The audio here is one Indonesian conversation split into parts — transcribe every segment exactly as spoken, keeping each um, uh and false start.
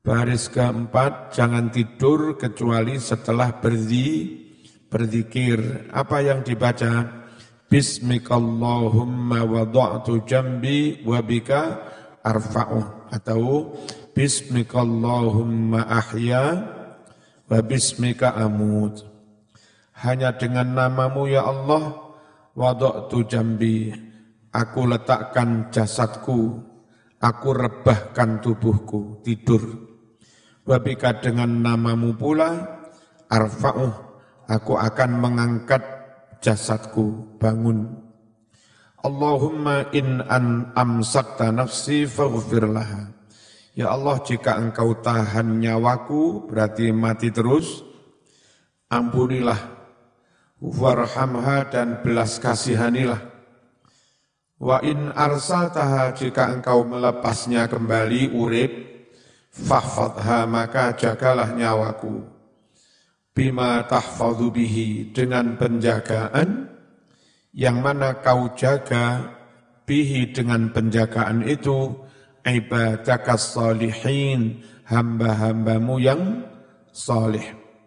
Baris keempat, jangan tidur kecuali setelah berzi, berzikir. Apa yang dibaca? Bismikallahumma wada'tu jambi wa bika arfa'uh. Atau Bismikallahumma ahya wa bismika amut. Hanya dengan namamu ya Allah, wada'tu jambi, aku letakkan jasadku, aku rebahkan tubuhku, tidur. Wabika dengan namamu pula, arfa'uh, aku akan mengangkat jasadku, bangun. Allahumma in an amsakta nafsi faghfir laha. Ya Allah, jika engkau tahan nyawaku, berarti mati terus, ampunilah. Warhamha, dan belas kasihanilah. Wa in arsaltaha, jika engkau melepasnya kembali urip, fahfadha, maka jagalah nyawaku. Bima tahfadhu bihi, dengan penjagaan yang mana kau jaga, bihi dengan penjagaan itu, ibadakas salihin, hamba-hambamu yang salih.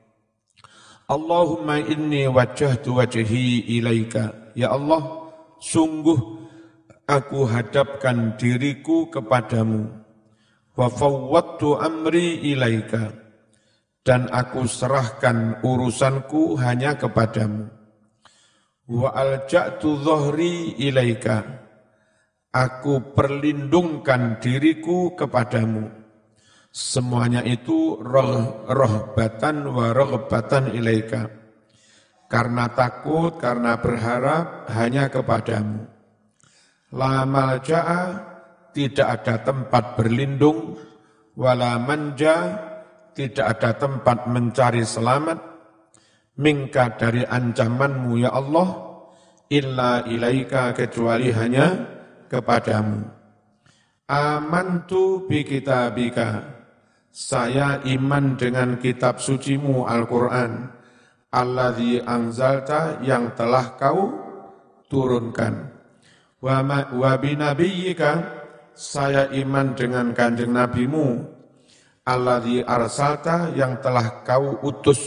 Allahumma inni wajjahtu wajhi ilaika. Ya Allah, sungguh aku hadapkan diriku kepadamu. Wa fawwadtu amri ilaika, dan aku serahkan urusanku hanya kepadamu. Wa alja'tu dhahri ilaika, aku perlindungkan diriku kepadamu. Semuanya itu roh, rohbatan wa rohbatan ilaika, karena takut, karena berharap hanya kepadamu. La malja'a, tidak ada tempat berlindung, wala manja, tidak ada tempat mencari selamat, mingka dari ancamanmu ya Allah, illa ilaika, kecuali hanya kepadamu. Amantu bi kitabika, saya iman dengan kitab sucimu Al-Quran, alladzi anzalta, yang telah kau turunkan. Wa, ma, wa binabiyyika, saya iman dengan kanjeng nabimu, alladzi arsalta, yang telah kau utus.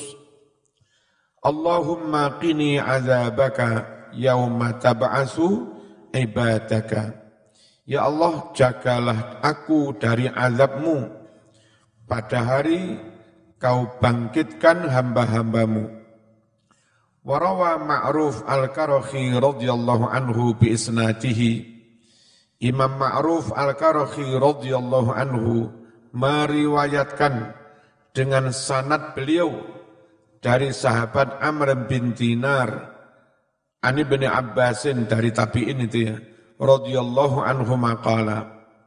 Allahumma qini azabaka yauma tab'asu ibadaka. Ya Allah, jagalah aku dari azabmu pada hari kau bangkitkan hamba-hambamu. Warawa Ma'ruf al-Karakhi radhiyallahu anhu bi isnadihi. Imam Ma'ruf al-Karakhi radhiyallahu anhu meriwayatkan dengan sanad beliau dari sahabat Amr bin Dinar, Ani bin Abbasin, dari tabi'in itu ya, radhiyallahu anhu maqala,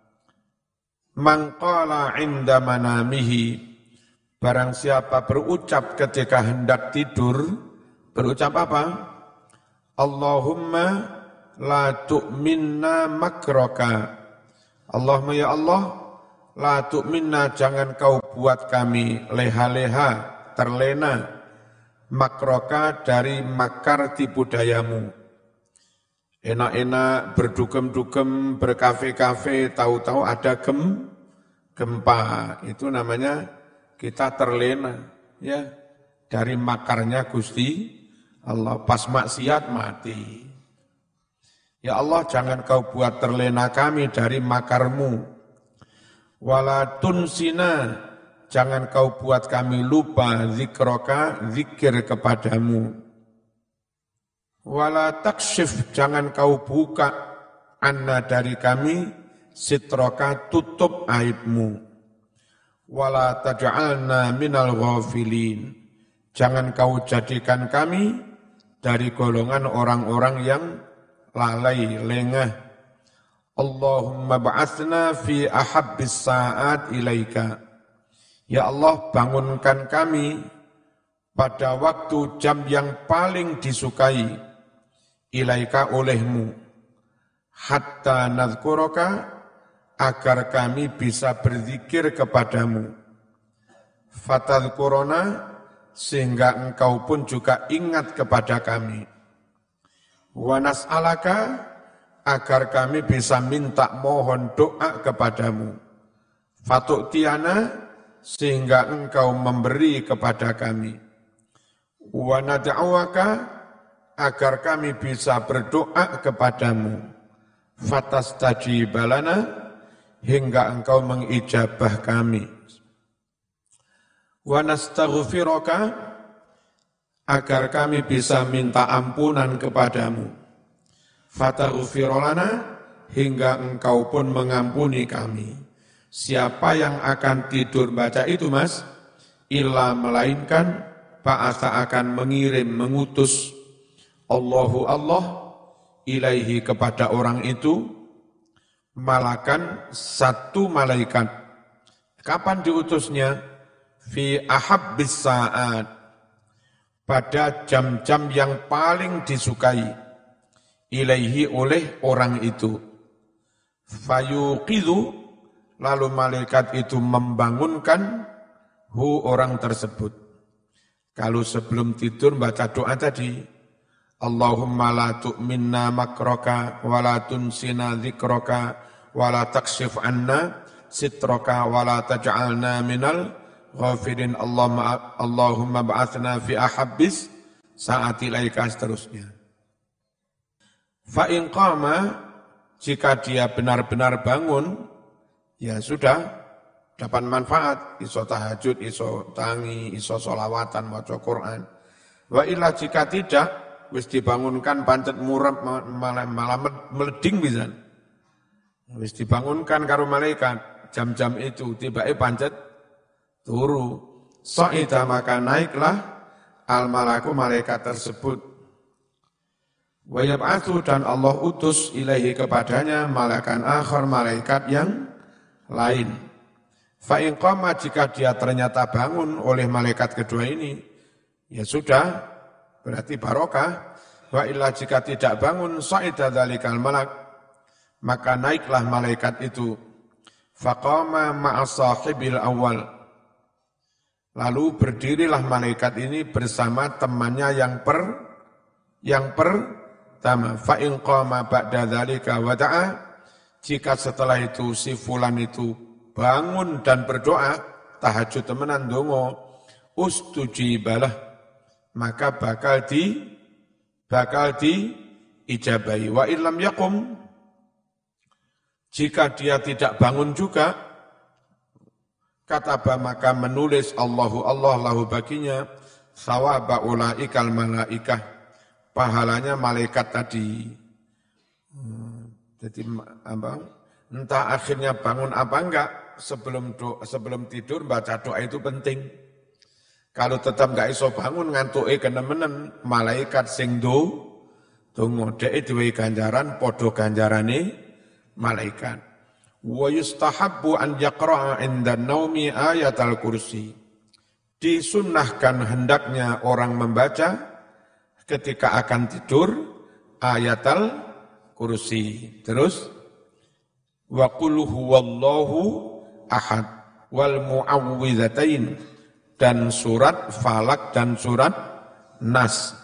man qala inda manamihi, barang siapa berucap ketika hendak tidur, berucap apa? Allahumma la tu'minna makraka. Allahumma ya Allah, la tu'minna, jangan kau buat kami leha-leha, terlena, makroka, dari makar tipu dayamu. Enak-enak berdugem-dugem, berkafe-kafe, tahu-tahu ada gem, gempa. Itu namanya kita terlena, ya, dari makarnya Gusti Allah. Pas maksiat mati. Ya Allah, jangan kau buat terlena kami dari makarmu. Wala tunsina, jangan kau buat kami lupa zikroka, zikir kepadamu. Wala takshif, jangan kau buka anna, dari kami, sitroka, tutup aibmu. Wala taj'alna minal ghafilin, jangan kau jadikan kami dari golongan orang-orang yang lalai, lengah. Allahumma ba'athna fi ahabbis sa'at ilaika. Ya Allah, bangunkan kami pada waktu jam yang paling disukai ilaika, olehmu. Hatta nadhkuraka, agar kami bisa berzikir kepadamu. Fatadhkurona, sehingga engkau pun juga ingat kepada kami. Wa nas'alaka, agar kami bisa minta mohon doa kepadamu. Fatu'tiana, sehingga engkau memberi kepada kami. Wa nad'uaka, agar kami bisa berdoa kepadamu. Fatastajib lana, hingga engkau mengijabah kami. Wa nastaghfiruka, agar kami bisa minta ampunan kepadamu. Fataghfir lana, hingga engkau pun mengampuni kami. Siapa yang akan tidur baca itu, Mas? Illa, melainkan ba'atha, akan mengirim, mengutus Allahu Allah ilaihi, kepada orang itu malakan, satu malaikat. Kapan diutusnya? Fi ahabbis sa'at, pada jam-jam yang paling disukai, ilaihi, oleh orang itu. Fayuqidhu, lalu malaikat itu membangunkan hu, orang tersebut. Kalau sebelum tidur baca doa tadi, Allahumma la tu'minna makraka, wa la tunsina dzikraka, wa la takshif anna sitraka, wa la taj'alna minal ghafirin. Allahumma, Allahumma ba'athna fi ahabbis sa'ati ilaika, seterusnya. Fa in qama, jika dia benar-benar bangun, ya sudah, dapat manfaat, iso tahajud, iso tangi, iso solawatan, maca Quran. Wa illa, jika tidak, wis dibangunkan pancet murab, malah, malah meleding bisa. Wis dibangunkan karo malaikat, jam-jam itu, tiba-tiba pancet turu. Sa'ida, maka naiklah al-malaku, malaikat tersebut. Wa yab'atsu, dan Allah utus ilaihi, kepadanya malakan akhar, malaikat yang lain. Fa in qama, jika dia ternyata bangun oleh malaikat kedua ini, ya sudah, berarti barokah. Wa illa, jika tidak bangun, sa'ida dzalikal malak, maka naiklah malaikat itu. Faqama ma'a sahibil awal, lalu berdirilah malaikat ini bersama temannya yang per yang pertama. Fa in qama ba'da dzalika wa da'a, jika setelah itu si fulan itu bangun dan berdoa, tahajud temenan dongo, ustujibalah, maka bakal di bakal di ijabahi. Wa illam yakum, jika dia tidak bangun juga, kataba, maka menulis Allahu Allah lahu baginya thawaba ulaikal malaikah, pahalanya malaikat tadi. Jadi apa? Entah akhirnya bangun apa enggak, sebelum do, sebelum tidur baca doa itu penting. Kalau tetap enggak iso bangun ngantuke kenemenen, malaikat sing do donga dhek duwe ganjaran padha ganjarane malaikat. Wa yustahabbu an yaqra'a 'inda naumi ayatal kursi. Disunnahkan hendaknya orang membaca ketika akan tidur ayatal kursi. Terus wa qul huwallahu ahad wal mu'awwidzatain, dan surat Falak dan surat Nas.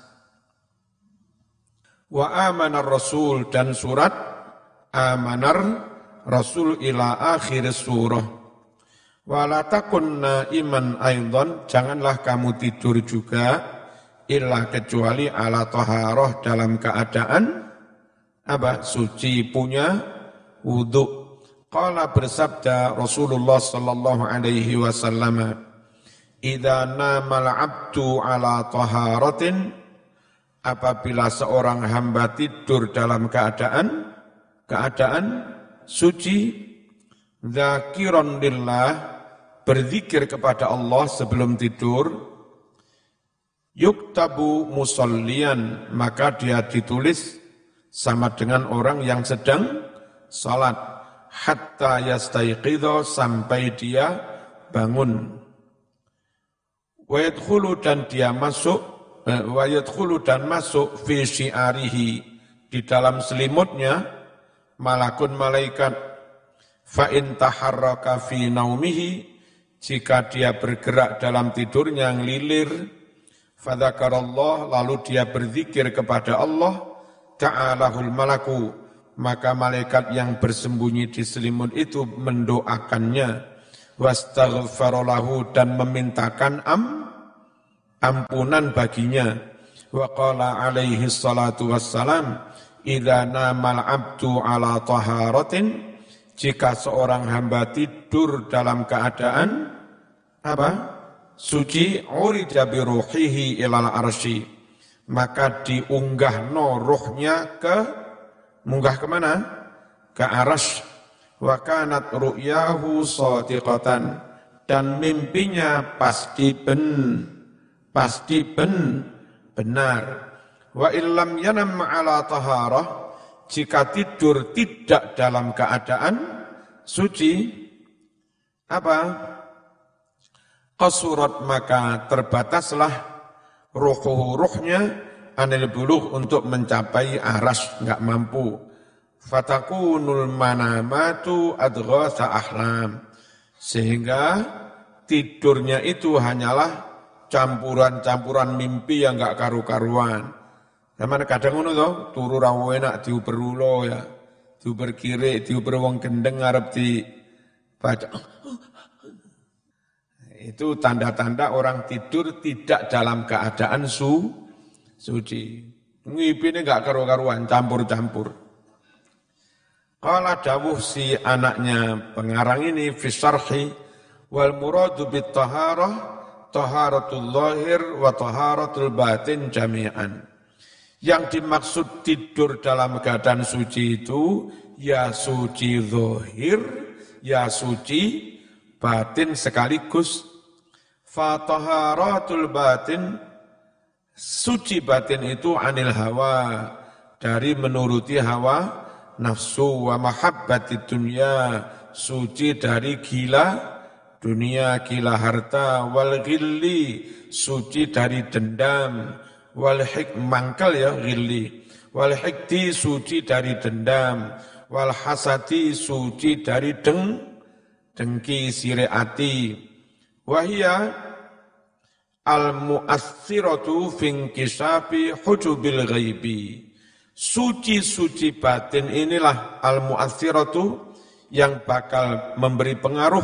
Wa amanar rasul, dan surat amanar rasul ila akhir surah. Wa la takunna iman aidan, janganlah kamu tidur juga illa kecuali ala taharah, dalam keadaan apa? Suci, punya wudu. Qala, bersabda Rasulullah sallallahu alaihi wasallam, idza namal 'abdu ala taharatin, apabila seorang hamba tidur dalam keadaan keadaan suci, dzakiron lillah, berzikir kepada Allah sebelum tidur, yuktabu musallian, maka dia ditulis sama dengan orang yang sedang salat, hatta yastaiqidho, sampai dia bangun. Wa yadkhulu, dan dia masuk, wa yadkhulu, dan masuk fi syi'arihi, di dalam selimutnya, malakun malaikat. Fa in taharraka fi naumihi, jika dia bergerak dalam tidurnya ngelilir, fadzakarallah, lalu dia berzikir kepada Allah, ta'alahul malaku, maka malaikat yang bersembunyi di selimut itu mendoakannya. wastaghfara lahu dan memintakan am ampunan baginya. Wa qala alaihi salatu wassalam, idza namal abdu ala taharatin, jika seorang hamba tidur dalam keadaan apa? Suci, urija bi ruhihi ilal arsy, maka diunggah no ruhnya ke munggah kemana? Ke arsy. Wa kanat ru'yahu shadiqatan, dan mimpinya pasti ben pasti ben benar. Wa illam yanam ala taharah, jika tidur tidak dalam keadaan suci, apa? Qasurat, maka terbataslah ruhuhu ruhnya anil bulugh untuk mencapai aras, enggak mampu. Fatakunul manamatu adghasa ahlam, sehingga tidurnya itu hanyalah campuran-campuran mimpi yang enggak karu-karuan. Zaman kadang ngono to, turu ra enak diuber ulo ya, diuber kiri, diuber wong gendeng arep di baca. Itu tanda-tanda orang tidur tidak dalam keadaan su suci. Ngipine enggak karu-karuan, campur-campur. Qala dawuh si anaknya pengarang ini fi syarhi, wal muradu bit taharah taharatul zahir wa taharatul batin jami'an. Yang dimaksud tidur dalam keadaan suci itu ya suci zahir, ya suci batin sekaligus. Fa taharatul batin, suci batin itu anil hawa, dari menuruti hawa nafsu, wa mahabbati dunya, suci dari gila dunia, gila harta, wal ghilli, suci dari dendam, wal hik mangkal ya ghilli, wal hikdi, suci dari dendam, wal hasadi, suci dari deng dengki sire ati. Wahia al mu'assiratu finkisafi hujubil ghaibi, suci-suci batin inilah al-mu'athiratu yang bakal memberi pengaruh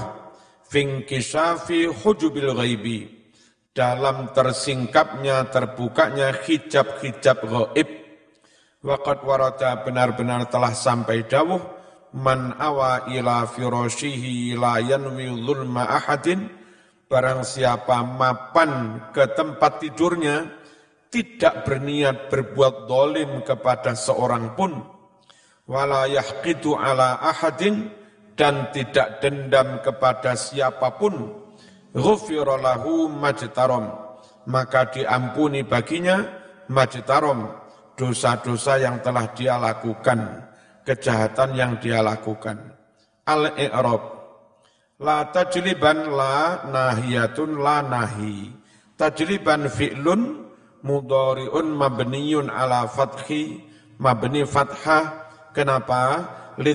finkisafi hujubil ghaibi, dalam tersingkapnya, terbukanya hijab-hijab ghaib. Waqad warada, benar-benar telah sampai dawuh, man awa ila firashihi la yanwi zulma ahadin, barang siapa mapan ke tempat tidurnya tidak berniat berbuat dolim kepada seorang pun, wala yahqidu ala ahadin, dan tidak dendam kepada siapapun, ghufira lahu majtarom, maka diampuni baginya majtarom, dosa-dosa yang telah dia lakukan, kejahatan yang dia lakukan. Al-i'rab, la tajliban la nahiyatun la nahi, tajliban fi'lun mudhari'un mabniyun ala fathi, mabni fathah. Kenapa?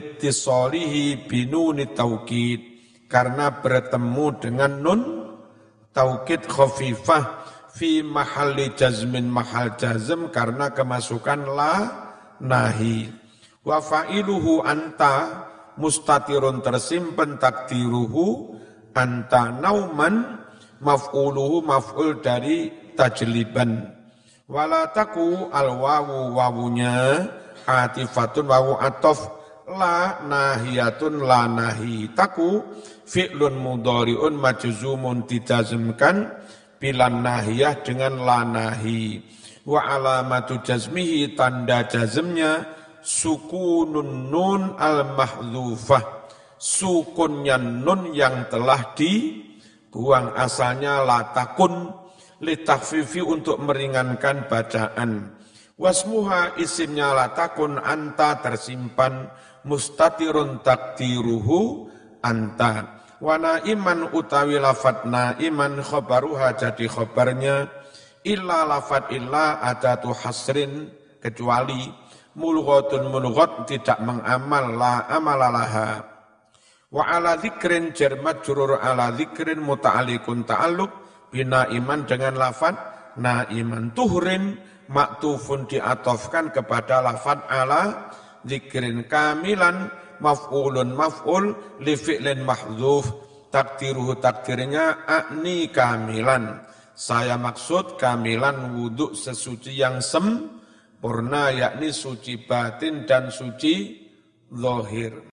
Litisolihi binuni taukid, karena bertemu dengan nun taukid khafifah fi mahalli jazmin, mahal jazm, karena kemasukan la nahi. Wa fa'iluhu anta, mustatirun tersimpan, takdiruhu anta nauman, maf'uluhu maf'ul dari tajliban. Wala taku al wawu, wawunya atifatun, wawu atof, la nahiyatun, la nahi. Taku fi'lun mudhari'un majzumun, dijazmkan bilan nahiyah dengan la nahi. Wa alamatu jazmihi, tanda jazmnya sukunun nun al mahdzufah, sukunnya nun yang telah dibuang, asalnya la takun, litakfifi untuk meringankan bacaan. Wasmuha, isimnya la takun, anta tersimpan, mustatirun takdiruhu anta. Wa naiman utawi lafat naiman khobaruha, jadi khobarnya, illa lafat illa adatu hasrin, kecuali, mulghatun mulghat tidak mengamal, la amalalaha. Wa ala dzikrin jar majrur ala dzikrin muta'alliqun ta'alluq bina iman dengan lafad na iman. Tuhrin maktufun diatofkan kepada lafad ala dzikrin. Kamilan maf'ulun maf'ul li fi'lin mahdzuf, takdiruhu takdirnya akni kamilan. Saya maksud kamilan wudhu sesuci yang sempurna, yakni suci batin dan suci zahir.